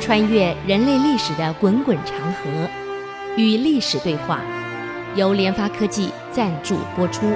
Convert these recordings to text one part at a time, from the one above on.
穿越人类历史的滚滚长河，与历史对话，由联发科技赞助播出。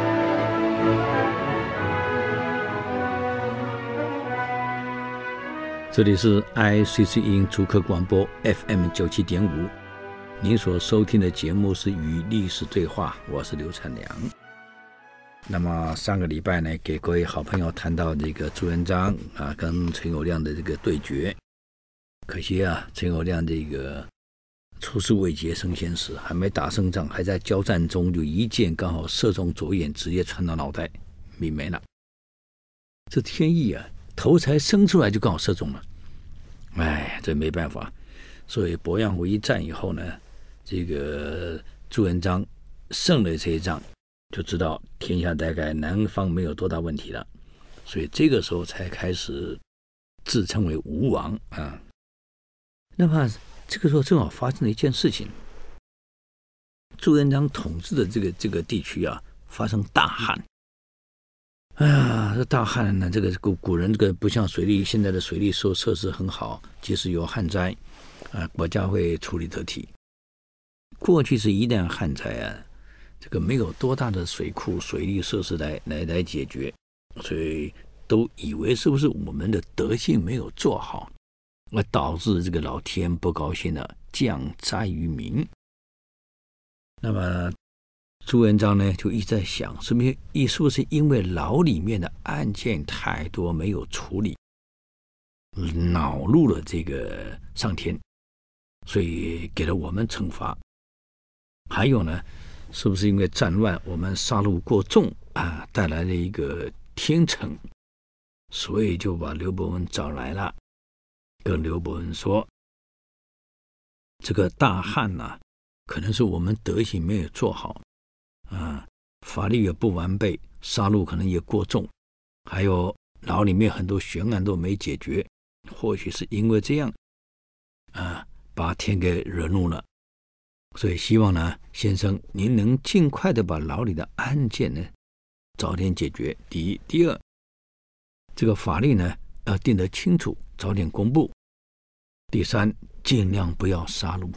这里是 ICC 音主客广播 FM 97.5，您所收听的节目是与历史对话，我是刘灿良。那么上个礼拜呢，给各位好朋友谈到这个朱元璋跟陈友谅的这个对决，可惜陈友谅这个出师未捷身先死，还没打胜仗，还在交战中就一箭刚好射中左眼，直接穿到脑袋，命没了。这天意头才生出来就刚好射中了，这没办法。所以鄱阳湖一战以后呢，这个朱元璋胜了这一仗，就知道天下大概南方没有多大问题了，所以这个时候才开始自称为吴王那么这个时候正好发生了一件事情，朱元璋统治的这个地区发生大旱。这大旱呢，这个古人这个不像水利，现在的水利设施很好，即使有旱灾国家会处理得体。过去是一旦旱灾这个没有多大的水库、水利设施来解决，所以都以为是不是我们的德性没有做好，而导致这个老天不高兴了，降灾于民。那么朱元璋呢，就一直在想，是不是因为牢里面的案件太多没有处理，恼怒了这个上天，所以给了我们惩罚。还有呢，是不是因为战乱我们杀戮过重带来了一个天惩，所以就把刘伯温找来了，跟刘伯温说，这个大旱可能是我们德行没有做好法律也不完备，杀戮可能也过重，还有牢里面很多悬案都没解决，或许是因为这样把天给惹怒了。所以希望呢，先生您能尽快的把牢里的案件呢早点解决，第一。第二，这个法律呢要定得清楚，早点公布。第三，尽量不要杀戮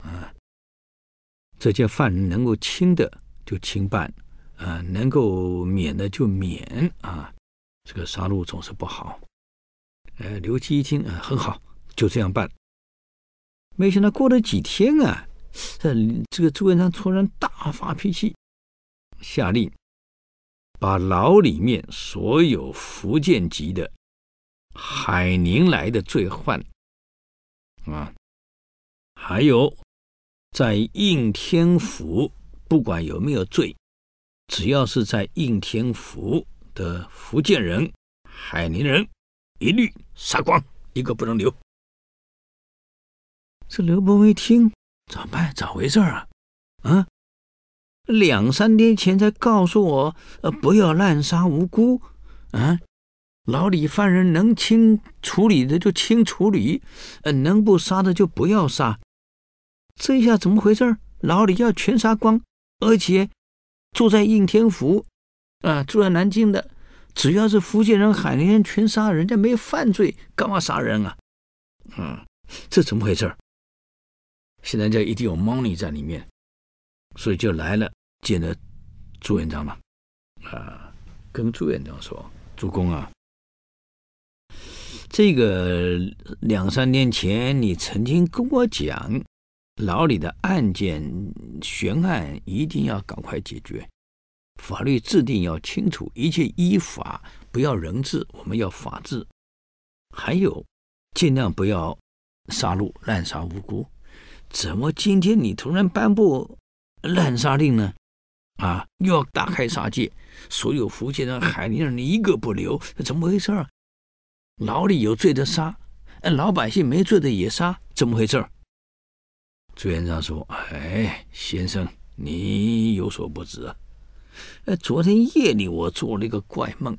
这些犯人能够轻的就轻办能够免的就免这个杀戮总是不好。刘基一听很好，就这样办。没想到过了几天这个朱元璋突然大发脾气，下令把牢里面所有福建籍的海宁来的罪犯还有在应天府不管有没有罪，只要是在应天府的福建人、海宁人，一律杀光，一个不能留。这刘伯温一听，怎么办？咋回事2-3天前才告诉我不要滥杀无辜牢里犯人能轻处理的就轻处理能不杀的就不要杀。这一下怎么回事？牢里要全杀光，而且住在应天府住在南京的只要是福建人、海宁人全杀，人家没犯罪，干嘛杀人这怎么回事？现在这一定有猫腻在里面，所以就来了，见了朱元璋了跟朱元璋说，主公这个2-3年前你曾经跟我讲，牢里的案件悬案一定要赶快解决，法律制定要清楚，一切依法，不要人治，我们要法治。还有尽量不要杀戮滥杀无辜。怎么今天你突然颁布滥杀令呢又要大开杀戒，所有福建人、海宁人你一个不留，怎么回事牢里有罪的杀，老百姓没罪的也杀，怎么回事？朱元璋说，先生你有所不知昨天夜里我做了一个怪梦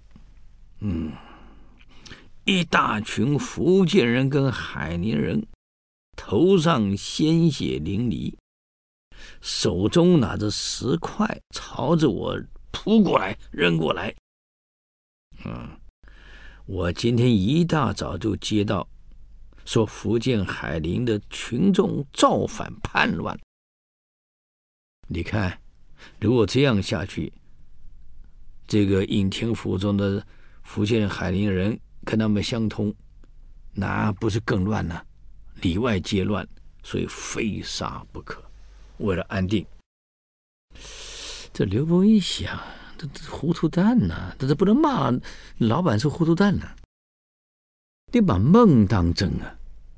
一大群福建人跟海宁人头上鲜血淋漓，手中拿着石块朝着我扑过来扔过来我今天一大早就接到说福建海宁的群众造反叛乱。你看，如果这样下去，这个应天府中的福建海宁人跟他们相通，那不是更乱呢？里外皆乱，所以非杀不可。为了安定，这刘伯温一想，这糊涂蛋呐，这不能骂老板是糊涂蛋呐，得把孟当真啊！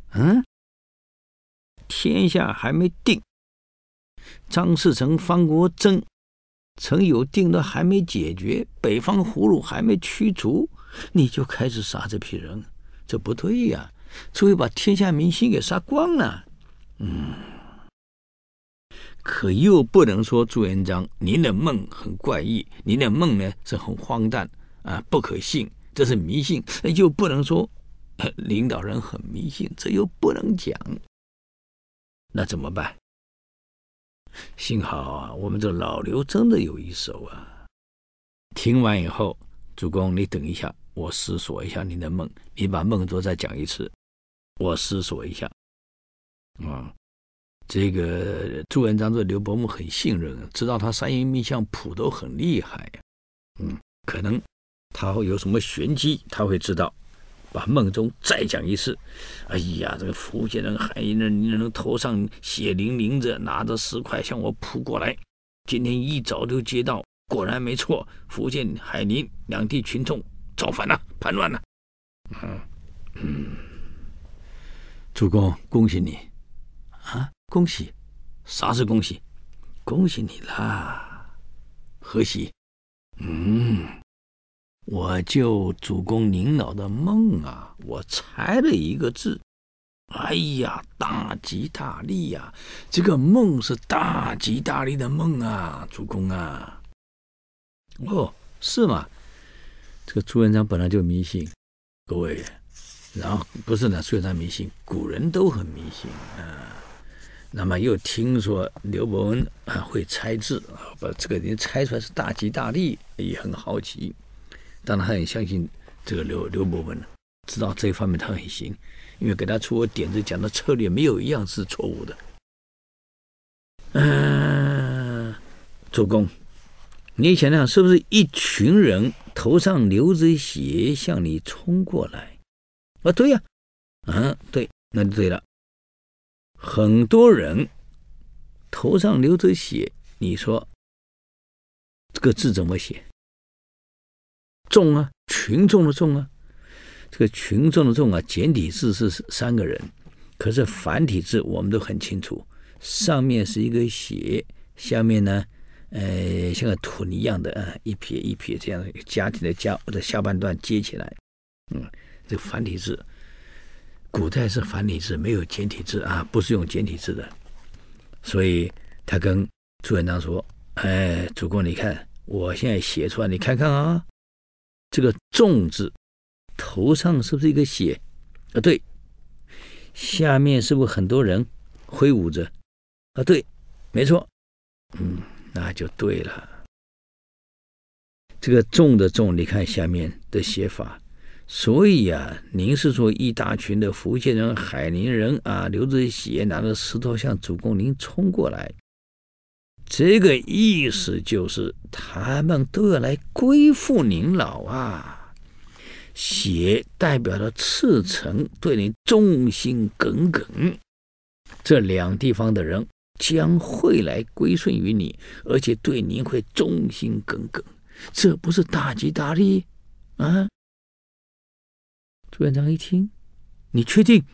天下还没定，张士诚、方国珍曾有定的还没解决，北方葫芦还没驱除，你就开始杀这批人，这不对呀！这会把天下民心给杀光了。可又不能说朱元璋您的梦很怪异，您的梦呢是很荒诞啊，不可信，这是迷信。又不能说领导人很迷信，这又不能讲。那怎么办？幸好啊，我们这老刘真的有一手啊。听完以后，主公你等一下，我思索一下您的梦，你把梦都再讲一次，我思索一下。这个朱元璋对刘伯温很信任，知道他三阴命相谱都很厉害。可能他会有什么玄机，他会知道。把梦中再讲一次。哎呀，这个福建人、海宁人头上血淋淋着，拿着石块向我扑过来。今天一早就接到，果然没错，福建、海宁两地群众造反了，叛乱了。主公，恭喜你啊！恭喜，啥是恭喜？恭喜你啦！何喜？我就主公您老的梦啊，我猜了一个字。哎呀，大吉大利呀！这个梦是大吉大利的梦啊，主公啊。哦，是吗？这个朱元璋本来就迷信，各位，然后不是呢，朱元璋迷信，古人都很迷信啊。那么又听说刘伯温会猜字啊，把这个人猜出来是大吉大利，也很好奇。当然他很相信这个刘伯温，知道这一方面他很行，因为给他出个点子，讲的策略没有一样是错误的。主公，你想想是不是一群人头上流着血向你冲过来？对呀，对，那就对了。很多人头上流着血，你说这个字怎么写？众啊，群众的众啊，这个群众的众啊，简体字是3个人，可是繁体字我们都很清楚，上面是一个血，下面呢，像个臀一样的一撇一撇这样家庭的家的下半段接起来，这个繁体字，古代是繁体字，没有简体字啊，不是用简体字的，所以他跟朱元璋说：“主公，你看我现在写出来，你看看啊。”这个众字头上是不是一个血？对，下面是不是很多人挥舞着？对，没错。那就对了。这个众的众，你看下面的写法。所以啊，您是说一大群的福建人、海宁人啊，流着血拿着石头向主公您冲过来。这个意思就是他们都要来归附您老啊，血代表了赤诚，对你忠心耿耿，这两地方的人将会来归顺于你，而且对您会忠心耿耿，这不是大吉大利啊？朱元璋一听，你确定？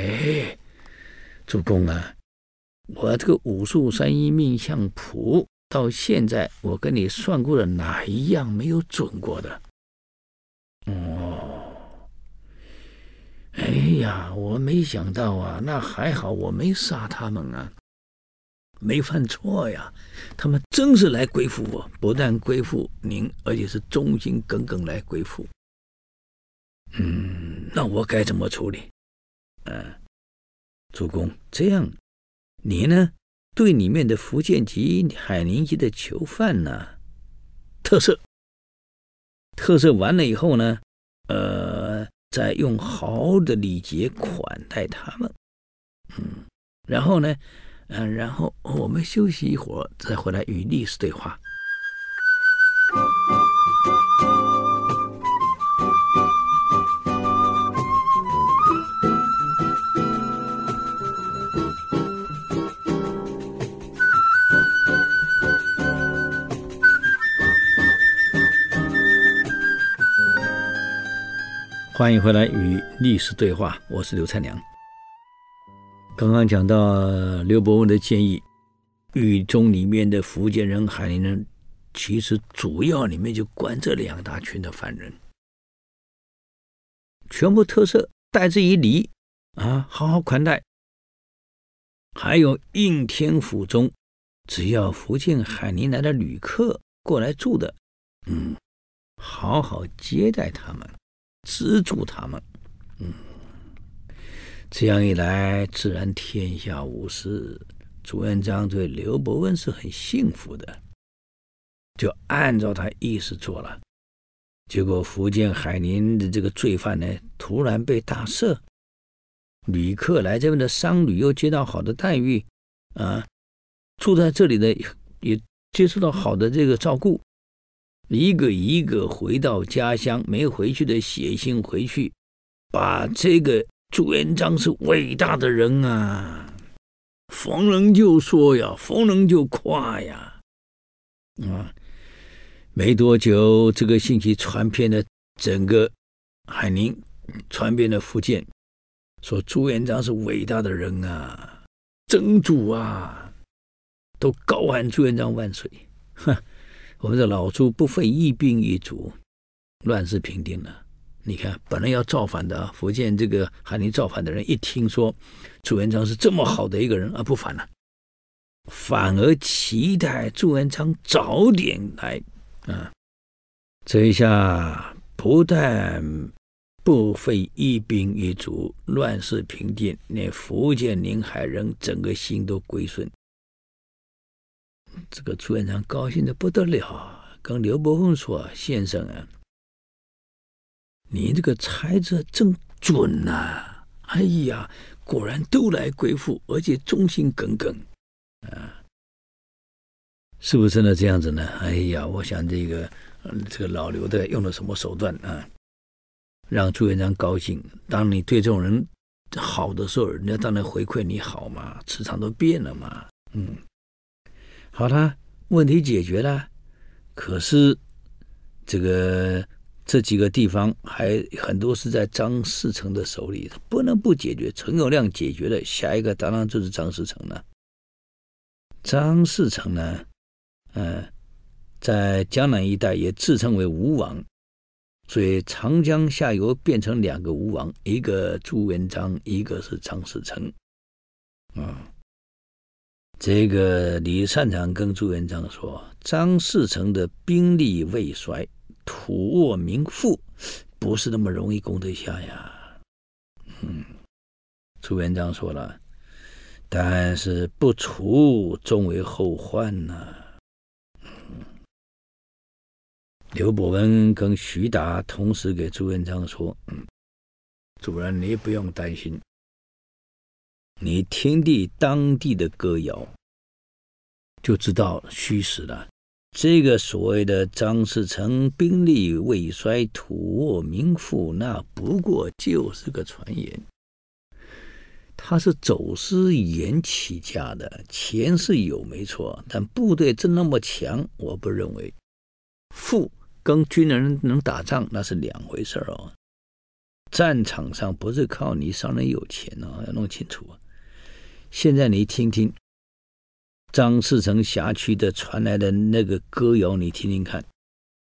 主公啊，我这个武术三一命相谱到现在我跟你算过的哪一样没有准过的？哎呀，我没想到啊，那还好我没杀他们啊，没犯错呀，他们真是来归附我，不但归附您，而且是忠心耿耿来归附。那我该怎么处理？主公，这样你呢，对里面的福建籍、海宁籍的囚犯呢，特赦完了以后呢， 再用好的礼节款待他们。然后呢，然后我们休息一会儿，再回来与历史对话。欢迎回来与历史对话，我是刘灿良。刚刚讲到刘伯温的建议，狱中里面的福建人、海宁人，其实主要里面就关这2大群的犯人，全部特赦，待之以礼好好款待。还有应天府中，只要福建、海宁来的旅客过来住的，好好接待他们，资助他们。这样一来，自然天下无事。朱元璋对刘伯温是很幸福的，就按照他意思做了。结果福建海宁的这个罪犯呢，突然被大赦，旅客来这边的商旅又接到好的待遇住在这里的也接受到好的这个照顾，一个一个回到家乡，没回去的写信回去，把这个朱元璋是伟大的人逢人就说呀，逢人就夸呀。没多久，这个信息传遍了整个海宁，传遍了福建，说朱元璋是伟大的人真主都高喊朱元璋万岁。我们的老朱不费一兵一卒，乱世平定了。你看，本来要造反的福建这个海宁造反的人，一听说朱元璋是这么好的一个人不反了，反而期待朱元璋早点来这一下不但不费一兵一卒，乱世平定，连福建宁海人整个心都归顺。这个朱元璋高兴得不得了，跟刘伯温说：“先生你这个猜测真准哎呀，果然都来归附，而且忠心耿耿是不是真的这样子呢？哎呀，我想这个老刘的用了什么手段让朱元璋高兴。当你对这种人好的时候，人家当然回馈你好嘛，磁场都变了嘛。好了，问题解决了。可是这几个地方还很多是在张士诚的手里，不能不解决。陈友谅解决了，下一个当然就是张士诚了。张士诚呢在江南一带也自称为吴王，所以长江下游变成2个吴王，一个朱元璋，一个是张士诚这个李善长跟朱元璋说，张士诚的兵力未衰，土沃民富，不是那么容易攻得下呀。朱元璋说了，但是不除终为后患刘伯温跟徐达同时给朱元璋说，主人你不用担心，你听当地的歌谣就知道虚实了。这个所谓的张士诚兵力未衰，土沃民富，那不过就是个传言。他是走私盐起家的，钱是有没错，但部队真那么强，我不认为。富跟军人能打仗那是2回事战场上不是靠你商人有钱要弄清楚现在你听听张士诚辖区的传来的那个歌谣，你听听看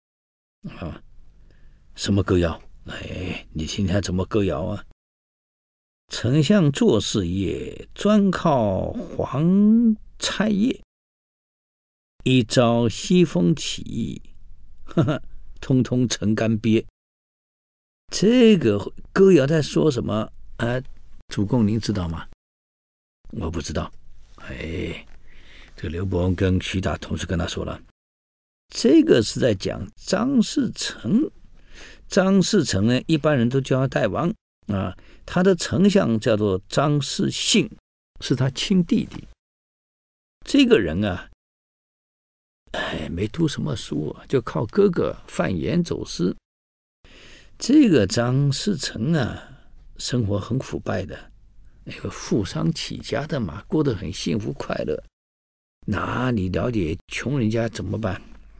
什么歌谣？你听听怎么歌谣丞相做事业，专靠黄菜叶，一朝西风起，通通成干鳖。这个歌谣在说什么主公您知道吗？我不知道。这个刘伯温跟徐达同时跟他说了，这个是在讲张士诚张士诚呢，一般人都叫他大王啊。他的丞相叫做张士信，是他亲弟弟。这个人啊，没读什么书啊，就靠哥哥贩盐走私。这个张士诚啊，生活很腐败的，那个富商起家的嘛，过得很幸福快乐。哪里了解穷人家怎么办？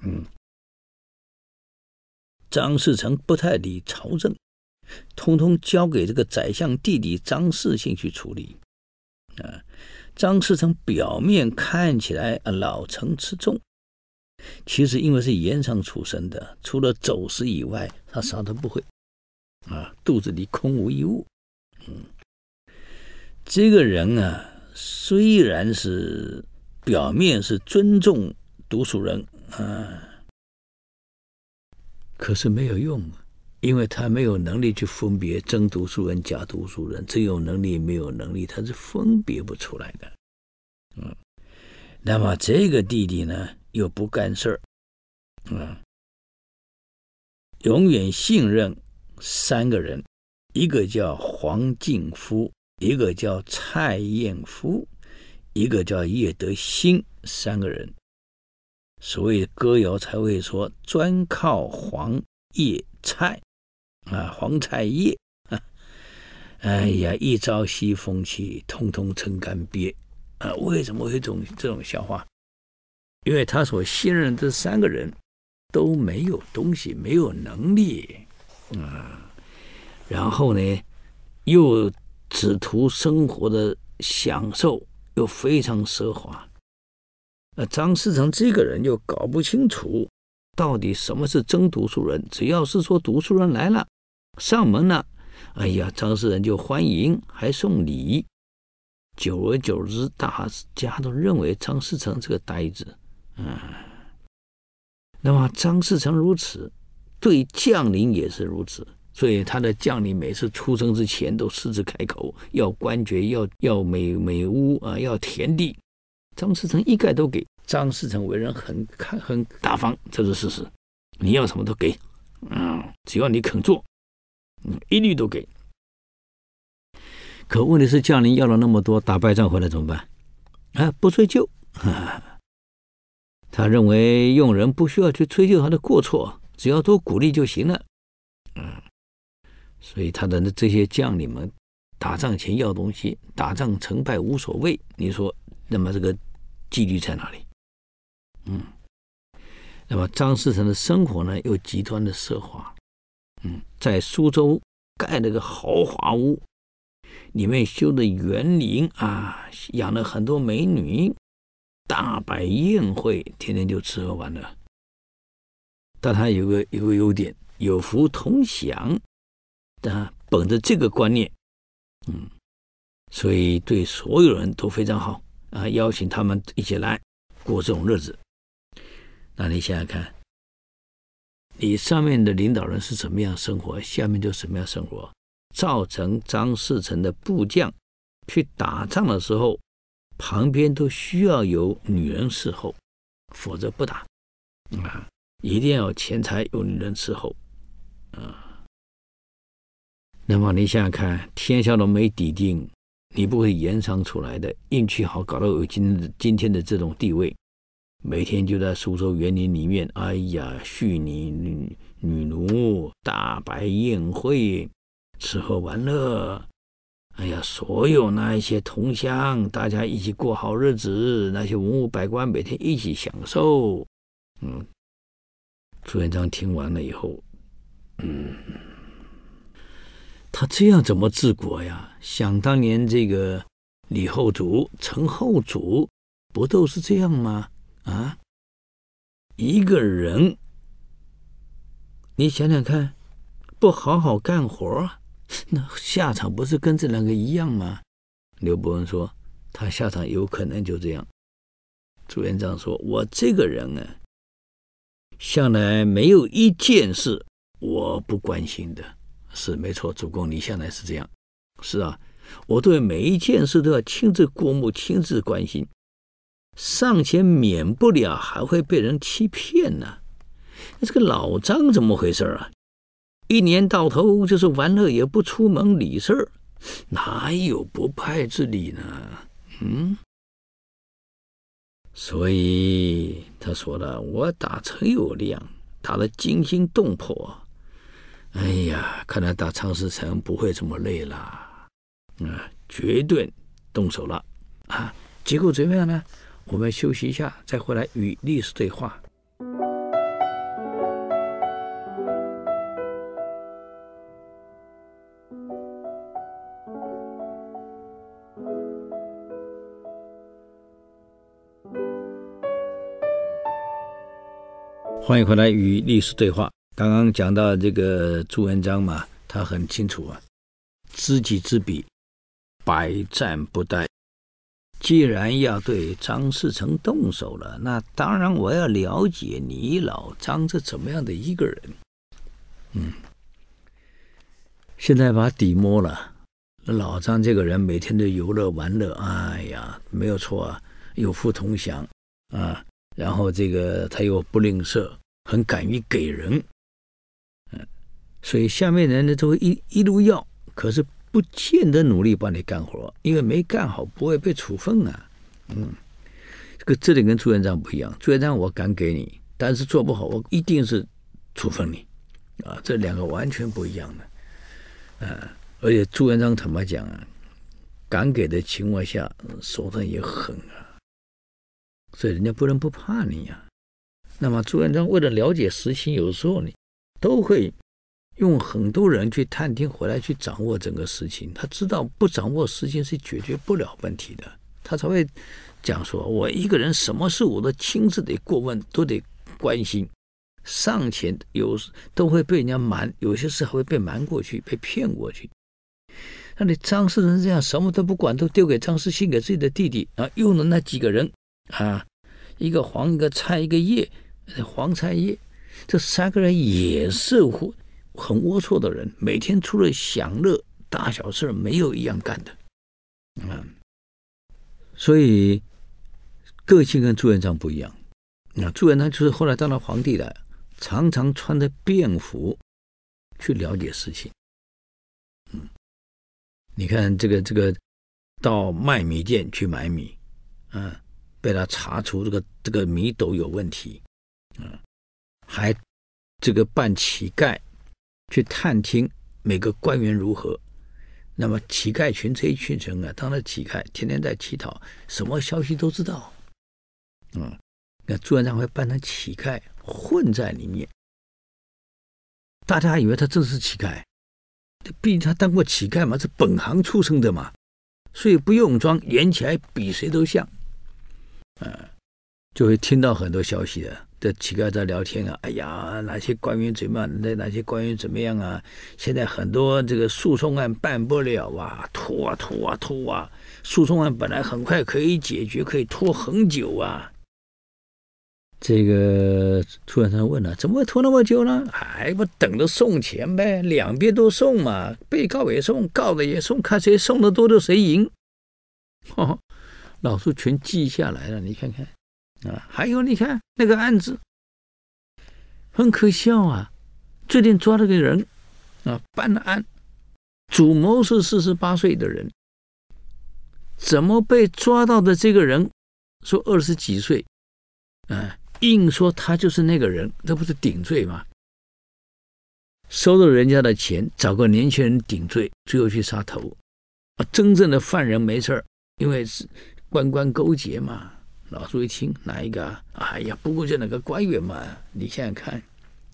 张士诚不太理朝政，通通交给这个宰相弟弟张士信去处理。张士诚表面看起来老成持重，其实因为是盐商出身的，除了走私以外，他啥都不会肚子里空无一物。这个人啊，虽然是表面是尊重读书人可是没有用，因为他没有能力去分别真读书人假读书人，只有能力没有能力，他是分别不出来的。那么这个弟弟呢，又不干事永远信任3个人，一个叫黄敬夫，一个叫蔡彦夫，一个叫叶德兴，3个人。所以歌谣才会说专靠黄叶蔡黄蔡叶哎呀，一朝西风起，通通成干瘪为什么会有这种笑话？因为他所信任的3个人都没有东西，没有能力然后呢，又只图生活的享受，又非常奢华。张士诚这个人又搞不清楚到底什么是真读书人，只要是说读书人来了上门了，哎呀，张士诚就欢迎还送礼。久而久之，大家都认为张士诚这个呆子那么张士诚如此，对将领也是如此，所以他的将领每次出征之前都狮子开口，要官爵，要美屋要田地，张士诚一概都给。张士诚为人很大方，这是事实，你要什么都给只要你肯做一律都给。可问题是将领要了那么多，打败仗回来怎么办不追究他认为用人不需要去追究他的过错，只要多鼓励就行了所以他的这些将领们打仗前要东西，打仗成败无所谓，你说那么这个纪律在哪里？那么张士诚的生活呢，又极端的奢华在苏州盖了个豪华屋，里面修的园林养了很多美女，大摆宴会，天天就吃喝玩乐。但他有个优点，有福同享本着这个观念所以对所有人都非常好邀请他们一起来过这种日子。那你想想看，你上面的领导人是怎么样生活，下面就什么样生活，造成张士诚的部将去打仗的时候，旁边都需要有女人伺候，否则不打一定要有钱财，有女人伺候那么你想想看，天下都没底定，你不会盐商出来的，运气好搞到有今天的这种地位，每天就在苏州园林里面，哎呀，续女奴，大摆宴会，吃喝玩乐，哎呀，所有那一些同乡，大家一起过好日子，那些文武百官每天一起享受。朱元璋听完了以后，他这样怎么治国呀？想当年这个李后主、陈后主不都是这样吗？一个人，你想想看，不好好干活，那下场不是跟这两个一样吗？刘伯温说，他下场有可能就这样。朱元璋说，我这个人向来没有一件事我不关心的。是没错，主公你向来是这样。是啊，我对每一件事都要亲自过目，亲自关心，尚且免不了还会被人欺骗呢。这个老张怎么回事一年到头就是玩乐，也不出门理事儿，哪有不派之理呢？所以他说了，我打陈友谅打得惊心动魄。哎呀，看来打常世成不会这么累啦，绝对动手了啊！结果怎么样呢？我们休息一下，再回来与历史对话。欢迎回来与历史对话。刚刚讲到这个朱元璋嘛，他很清楚啊，知己知彼，百战不殆。既然要对张士诚动手了，那当然我要了解你老张是怎么样的一个人。现在把底摸了，老张这个人每天都游乐玩乐，哎呀，没有错啊，有福同享啊，然后这个他又不吝啬，很敢于给人。所以下面人呢都会一路要，可是不见得努力帮你干活，因为没干好不会被处分啊。这点跟朱元璋不一样，朱元璋我敢给你，但是做不好我一定是处分你啊，这两个完全不一样的。而且朱元璋坦白讲啊，敢给的情况下手段也狠啊，所以人家不能不怕你啊。那么朱元璋为了了解实情，有时候你都会用很多人去探听回来，去掌握整个事情。他知道不掌握事情是解决不了问题的，他才会讲说，我一个人什么事我都亲自得过问，都得关心。上前都会被人家瞒，有些事还会被瞒过去，被骗过去。那你张士诚这样什么都不管，都丢给张士信给自己的弟弟啊，用了那几个人啊，一个黄，一个蔡，一个叶，黄蔡叶，这三个人也是很龌龊的人，每天除了享乐，大小事没有一样干的。所以个性跟朱元璋不一样。那朱元璋就是后来当了皇帝了，常常穿着便服去了解事情。你看这个到卖米店去买米，被他查出这个米斗有问题，还这个扮乞丐去探听每个官员如何。那么乞丐群这一群人啊，当了乞丐天天在乞讨，什么消息都知道。那朱元璋会扮成乞丐混在里面，大家以为他真是乞丐，毕竟他当过乞丐嘛，是本行出身的嘛，所以不用装，演起来比谁都像。就会听到很多消息的，这乞丐在聊天啊，哎呀，哪些官员怎么样，哪些官员怎么样啊？现在很多这个诉讼案办不了啊，拖啊，诉讼案本来很快可以解决，可以拖很久啊。这个朱元璋问了，怎么会拖那么久呢？还不等着送钱呗，两边都送嘛，被告也送，告的也送，看谁送的多就谁赢。老叔全记下来了，你看看啊。还有你看那个案子，很可笑啊。最近抓了个人啊，办了案，主谋是48岁的人，怎么被抓到的这个人说20几岁，硬说他就是那个人，这不是顶罪吗？收了人家的钱，找个年轻人顶罪，最后去杀头。真正的犯人没事，因为是官勾结嘛。老叔一听，哪一个啊？哎呀，不过就那个官员嘛，你想想看。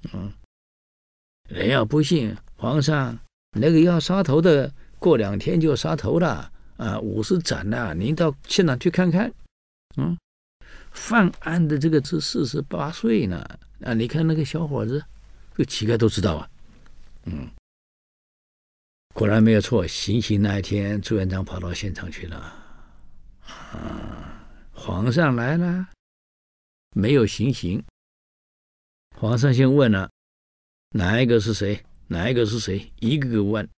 人要不信，皇上那个要杀头的，过2天就杀头了，50斩了，您到现场去看看。犯案的这个是48岁呢，你看那个小伙子，这个乞丐都知道啊。果然没有错，行刑那一天，朱元璋跑到现场去了。皇上来了，没有行刑。皇上先问了，哪一个是谁？哪一个是谁？一个个问。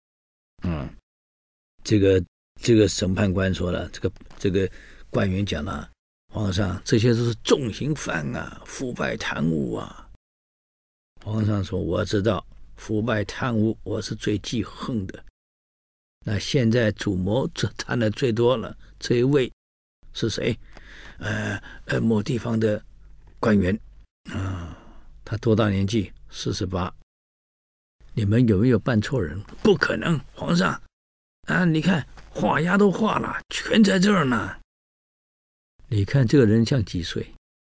这个审判官说了，这个官员讲了，皇上，这些都是重刑犯啊，腐败贪污啊。皇上说，我知道， 腐败贪污，我是最记恨的。那现在主谋贪的最多了，这一位是谁？某地方的官员他多大年纪？48。你们有没有办错人？不可能，皇上你看画押都画了，全在这儿呢。你看这个人像几岁？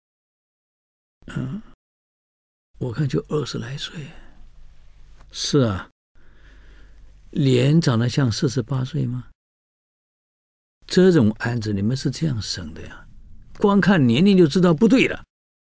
我看就20来岁。是啊，脸长得像48岁吗？这种案子你们是这样审的呀？光看年龄就知道不对了。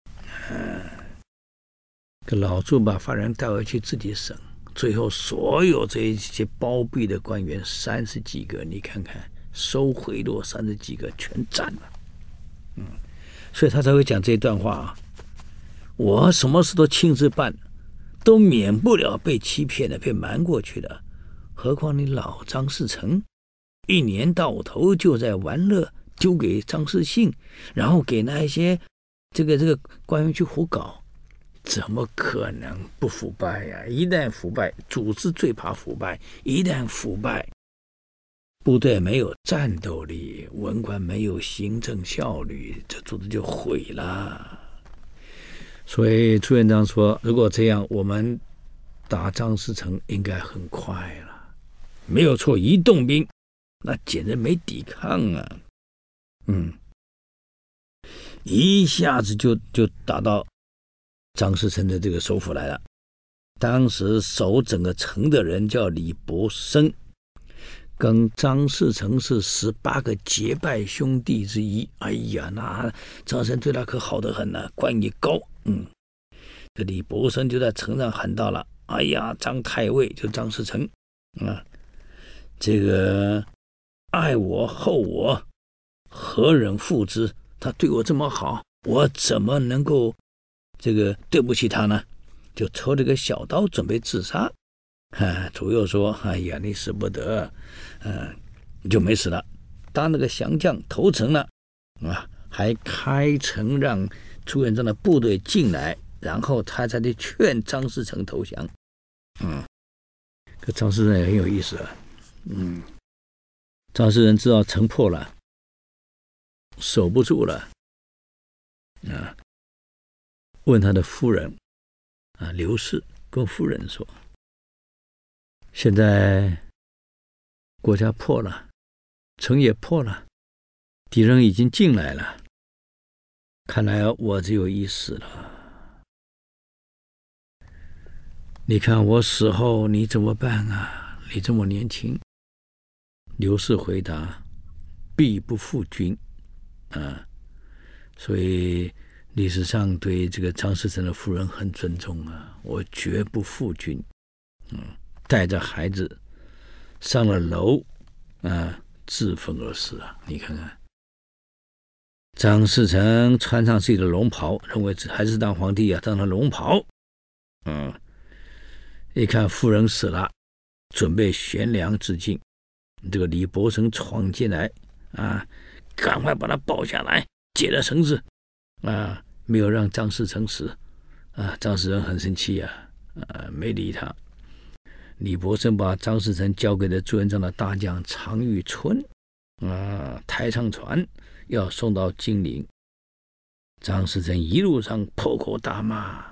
老朱把犯人带回去自己审，最后所有这些包庇的官员30几个，你看看收贿赂30几个全占了。所以他才会讲这段话啊。我什么事都亲自办，都免不了被欺骗的，被瞒过去的。何况你老张士诚，一年到头就在玩乐，丢给张士信，然后给那一些这个官员去胡搞，怎么可能不腐败呀？一旦腐败，组织最怕腐败，一旦腐败，部队没有战斗力，文官没有行政效率，这组织就毁了。所以朱元璋说，如果这样，我们打张士诚应该很快了。没有错，一动兵那简直没抵抗啊。一下子就打到张士诚的这个首府来了。当时守整个城的人叫李伯升，跟张士诚是18个结拜兄弟之一。哎呀，那张士诚对他可好得很呢，官也高。这李伯升就在城上喊到了：哎呀，张太尉就张士诚这个爱我厚我，何忍负之？他对我这么好，我怎么能够这个对不起他呢？就抽了个小刀准备自杀。左右说：哎呀，你死不得，你就没死了。当那个降将投诚了还开城让朱元璋的部队进来，然后他才得劝张士诚投降。可张士诚也很有意思啊。张士诚知道城破了，守不住了问他的夫人刘氏，跟夫人说：现在国家破了，城也破了，敌人已经进来了，看来我只有一死了。你看我死后你怎么办啊？你这么年轻。刘氏回答：必不负君所以历史上对这个张士诚的夫人很尊重我绝不负君。带着孩子上了楼自焚而死你看看，张士诚穿上自己的龙袍，认为还是当皇帝当了龙袍。一看夫人死了，准备悬梁自尽。这个李伯升闯进来赶快把他抱下来，解了绳子没有让张士诚死张士诚很生气没理他。李伯升把张士诚交给了朱元璋的大将常遇春抬上船要送到金陵。张士诚一路上破口大骂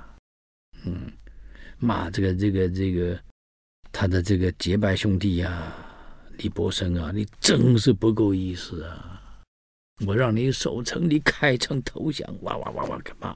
骂这个他的这个结拜兄弟李伯升你真是不够意思我让你守城，你开城投降，哇干嘛？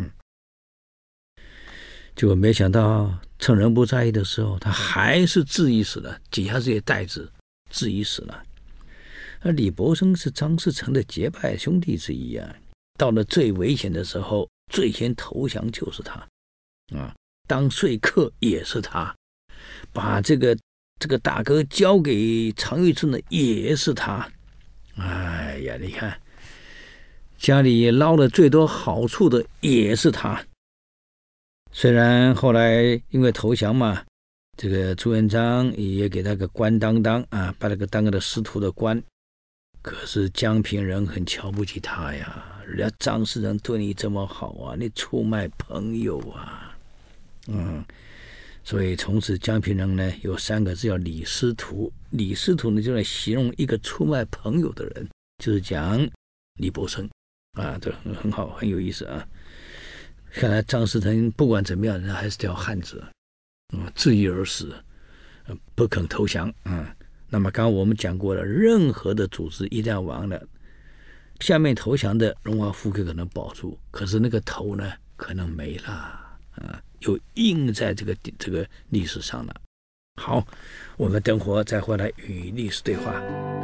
结果没想到趁人不在意的时候，他还是自缢死了，底下这些带子自缢死了。而李伯升是张士诚的结拜兄弟之一到了最危险的时候，最先投降就是他当说客也是他，把这个大哥交给常遇春的也是他。哎呀，你看家里捞了最多好处的也是他。虽然后来因为投降嘛，这个朱元璋也给他个官当把他个当个使徒的官，可是江平人很瞧不起他呀，人家张士诚对你这么好你出卖朋友所以从此江平人呢有3个字叫李师徒。李师徒呢就来形容一个出卖朋友的人，就是讲李伯升啊，这很好，很有意思啊。看来张士诚不管怎么样，人还是条汉子，自缢而死，不肯投降啊。那么刚刚我们讲过了，任何的组织一旦亡了，下面投降的荣华富贵可能保住，可是那个头呢可能没了啊，又印在这个历史上了。好，我们等会儿再回来与历史对话。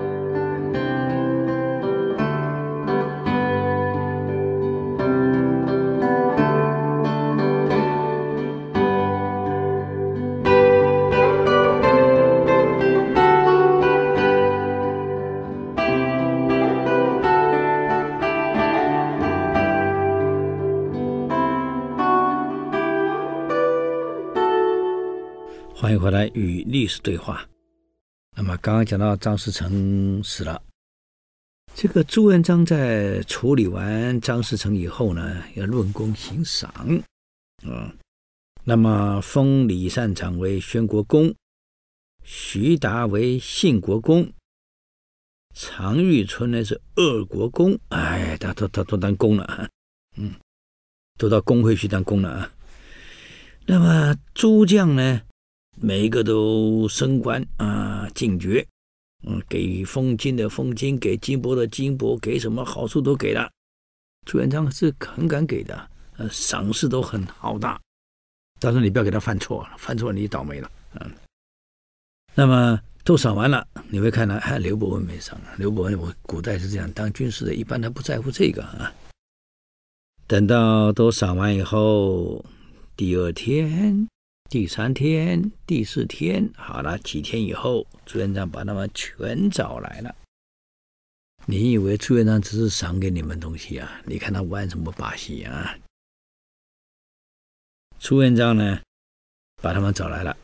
欢迎回来与历史对话。那么刚刚讲到张士诚死了，这个朱元璋在处理完张士诚以后呢，要论功行赏那么封李善长为宣国公，徐达为信国公，常遇春呢是二国公，哎，他都当公了都到公会去当公了啊。那么诸将呢，每一个都升官进爵，给封金的封金，给金帛的金帛，给什么好处都给了。朱元璋是很敢给的，赏识都很好的，但是你不要给他犯错，犯错你倒霉了那么都赏完了，你会看到刘伯温没赏。刘伯温我古代是这样，当军事的一般他不在乎这个等到都赏完以后，第2天第3天第4天，好了，几天以后朱元璋把他们全找来了。你以为朱元璋只是赏给你们东西啊？你看他玩什么把戏啊？朱元璋呢把他们找来了，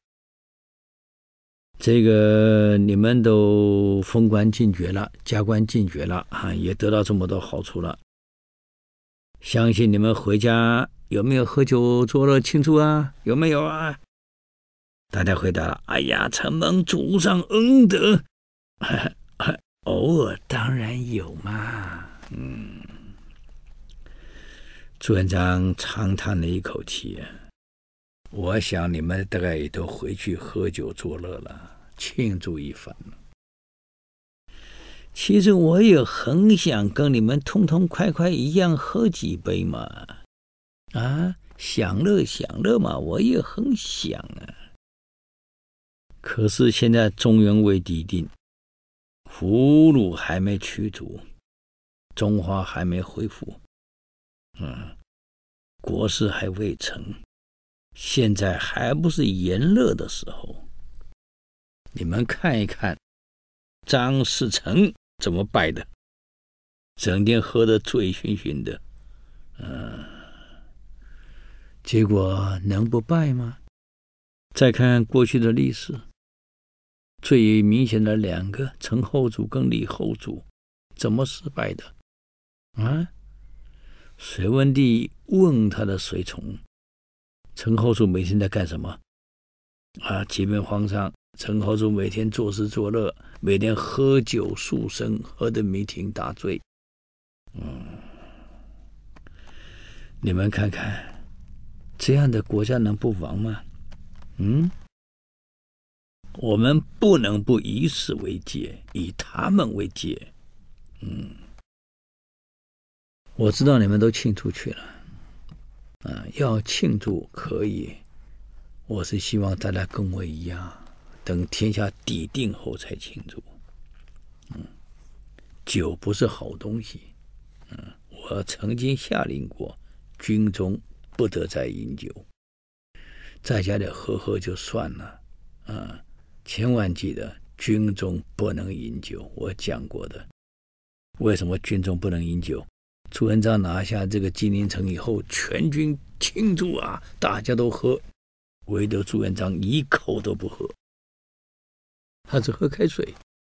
这个你们都封官进爵了，加官进爵了也得到这么多好处了，相信你们回家有没有喝酒作乐庆祝啊？有没有啊？大家回答了，哎呀，承蒙祖上恩德偶尔当然有嘛。朱元璋长叹了一口气，我想你们大概也都回去喝酒作乐了，庆祝一番了。其实我也很想跟你们痛痛快快一样喝几杯嘛，享乐享乐嘛，我也很想可是现在中原未底定，俘虏还没驱逐，中华还没恢复，国事还未成，现在还不是炎热的时候。你们看一看张士诚怎么败的，整天喝得醉醺醺的结果能不败吗？再看过去的历史，最明显的2个，陈后主跟李后主怎么失败的隋文帝问他的随从，陈后主每天在干什么启禀皇上，陈后主每天作诗作乐，每天喝酒数升，喝得酩酊大醉你们看看这样的国家能不亡吗？我们不能不以史为戒，以他们为戒我知道你们都庆祝去了要庆祝可以，我是希望大家跟我一样，等天下底定后才庆祝酒不是好东西我曾经下令过，军中不得再饮酒，在家里喝喝就算了千万记得军中不能饮酒，我讲过的。为什么军中不能饮酒？朱元璋拿下这个金陵城以后，全军庆祝大家都喝，唯独朱元璋一口都不喝，他只喝开水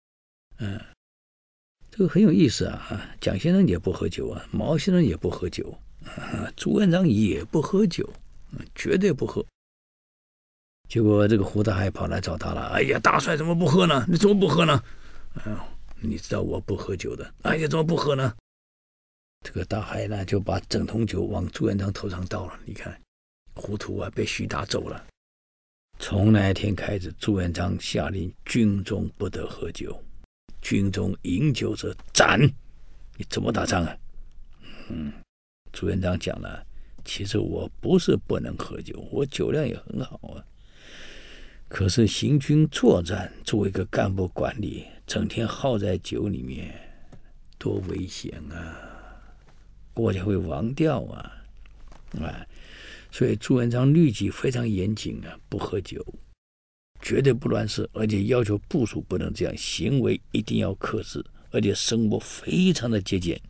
这个很有意思蒋先生也不喝酒毛先生也不喝酒朱元璋也不喝酒绝对不喝结果这个胡大海跑来找他了，哎呀，大帅怎么不喝呢？你怎么不喝呢？你知道我不喝酒的。哎呀，怎么不喝呢？这个大海呢，就把整桶酒往朱元璋头上倒了。你看，糊涂啊，被徐达揍了。从那一天开始，朱元璋下令军中不得喝酒，军中饮酒者斩。你怎么打仗啊？朱元璋讲了，其实我不是不能喝酒，我酒量也很好啊。可是行军作战，作为一个干部管理，整天耗在酒里面，多危险啊！国家会亡掉啊！所以朱元璋律己非常严谨啊，不喝酒，绝对不乱事，而且要求部属不能这样，行为一定要克制，而且生活非常的节俭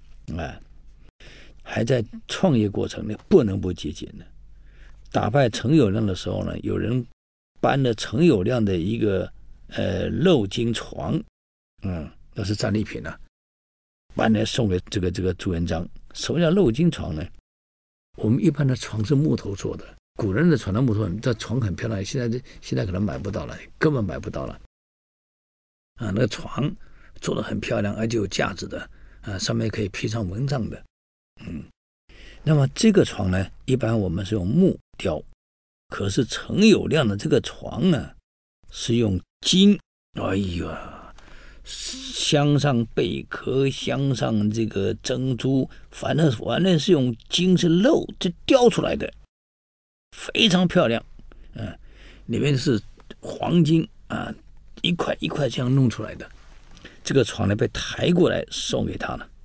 还在创业过程呢，不能不节俭的。打败程友谅的时候呢，有人搬了程友谅的一个漏金床，那是战利品啊，搬来送给这个朱元璋。什么叫漏金床呢？我们一般的床是木头做的，古人的床的木头，这床很漂亮，现在可能买不到了，根本买不到了。那个床做得很漂亮，而且有架子的，上面可以披上蚊帐的。那么这个床呢，一般我们是用木雕，可是程友谅的这个床呢，是用金，哎呀，镶上贝壳，镶上这个珍珠，反正是用金是漏就雕出来的，非常漂亮，里面是黄金啊，一块一块这样弄出来的。这个床呢被抬过来送给他了，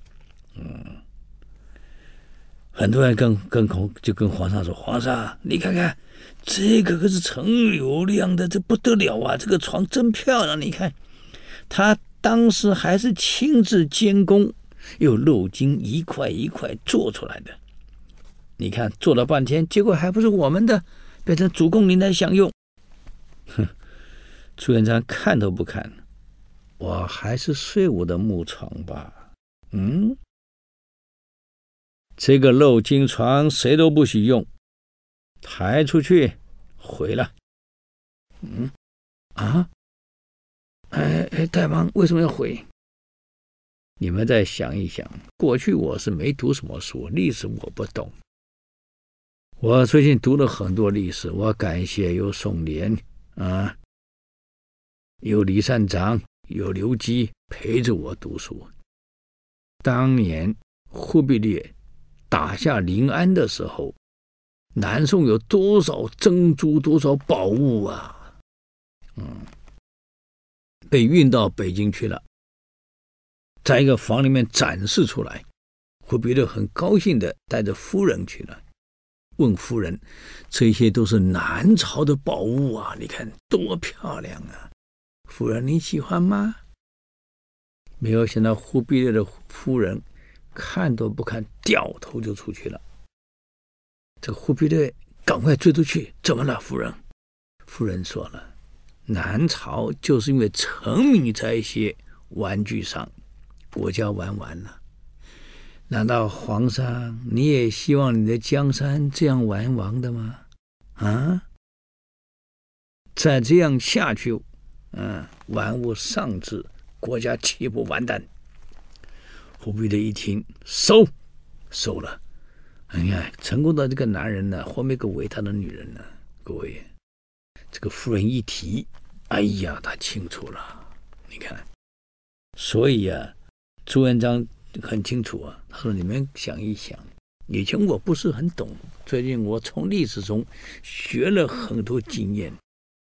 很多人就跟皇上说，皇上你看看这个可是程友谅的，这不得了啊，这个床真漂亮，你看他当时还是亲自监工，用镂金一块一块做出来的，你看做了半天，结果还不是我们的，变成主公您来享用。朱元璋看都不看，我还是睡我的木床吧。这个镂金床谁都不许用，抬出去毁了。大王为什么要毁？你们再想一想，过去我是没读什么书，历史我不懂。我最近读了很多历史，我感谢有宋濂有李善长，有刘基陪着我读书。当年忽必烈打下临安的时候，南宋有多少珍珠，多少宝物啊！被运到北京去了，在一个房里面展示出来。忽必烈很高兴的带着夫人去了，问夫人，这些都是南朝的宝物啊，你看多漂亮啊！夫人你喜欢吗？没有想到忽必烈的夫人看都不看，掉头就出去了。这个忽必烈赶快追出去，怎么了夫人？夫人说了，南朝就是因为沉迷在一些玩具上，国家玩完了。难道皇上你也希望你的江山这样玩完的吗？再这样下去，玩物丧志，国家岂不完蛋？忽必烈一听，收了。哎呀，成功的这个男人呢，后面一个伟大的女人呢，各位，这个夫人一提，哎呀，他清楚了。你看，所以朱元璋很清楚啊。他说：“你们想一想，以前我不是很懂，最近我从历史中学了很多经验。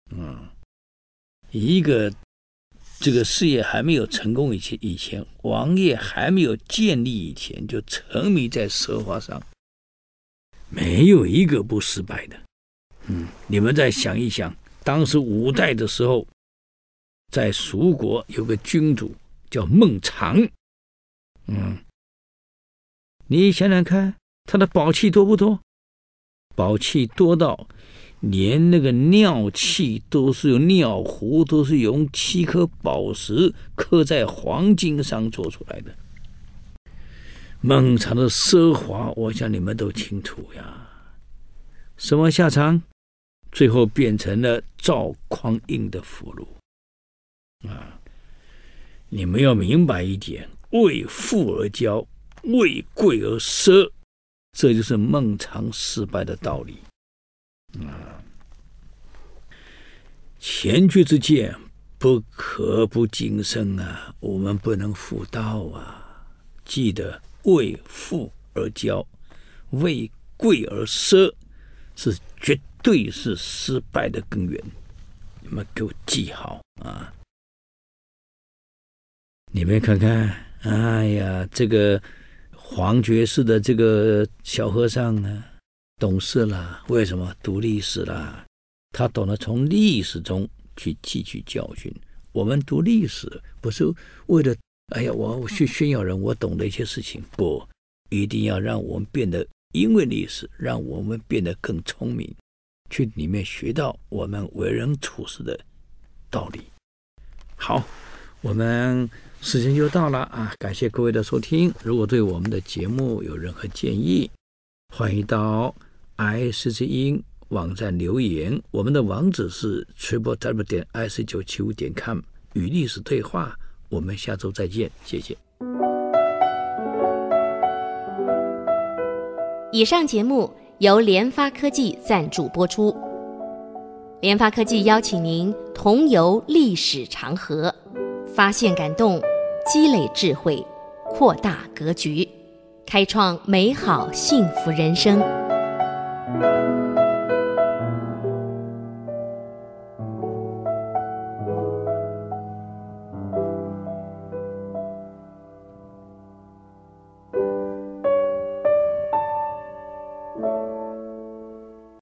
一个这个事业还没有成功以前，王业还没有建立以前，就沉迷在奢华上，没有一个不失败的。你们再想一想，当时五代的时候，在蜀国有个君主叫孟尝。你想想看，他的宝器多不多？宝器多到连那个尿器都是用尿壶，都是用7颗宝石刻在黄金上做出来的。孟尝的奢华，我想你们都清楚呀。什么下场？ 最后变成了赵匡胤的俘虏你们要明白一点，为富而骄，为贵而奢，这就是孟尝失败的道理前车之鉴，不可不谨慎我们不能妇道记得为富而骄，为贵而奢，是绝对是失败的根源，你们给我记好你们看看，哎呀，这个黄觉士的这个小和尚呢，懂事了，为什么？读历史了，他懂得从历史中去汲取教训。我们读历史不是为了我去炫耀人我懂的一些事情，不，一定要让我们变得，因为历史让我们变得更聪明，去里面学到我们为人处事的道理。好，我们时间就到了感谢各位的收听。如果对我们的节目有任何建议，欢迎到 IC 网站留言，我们的网址是 www.ic975.com 与历史对话。我们下周再见，谢谢。 以上节目由联发科技赞助播出。联发科技邀请您同游历史长河，发现感动，积累智慧，扩大格局，开创美好幸福人生。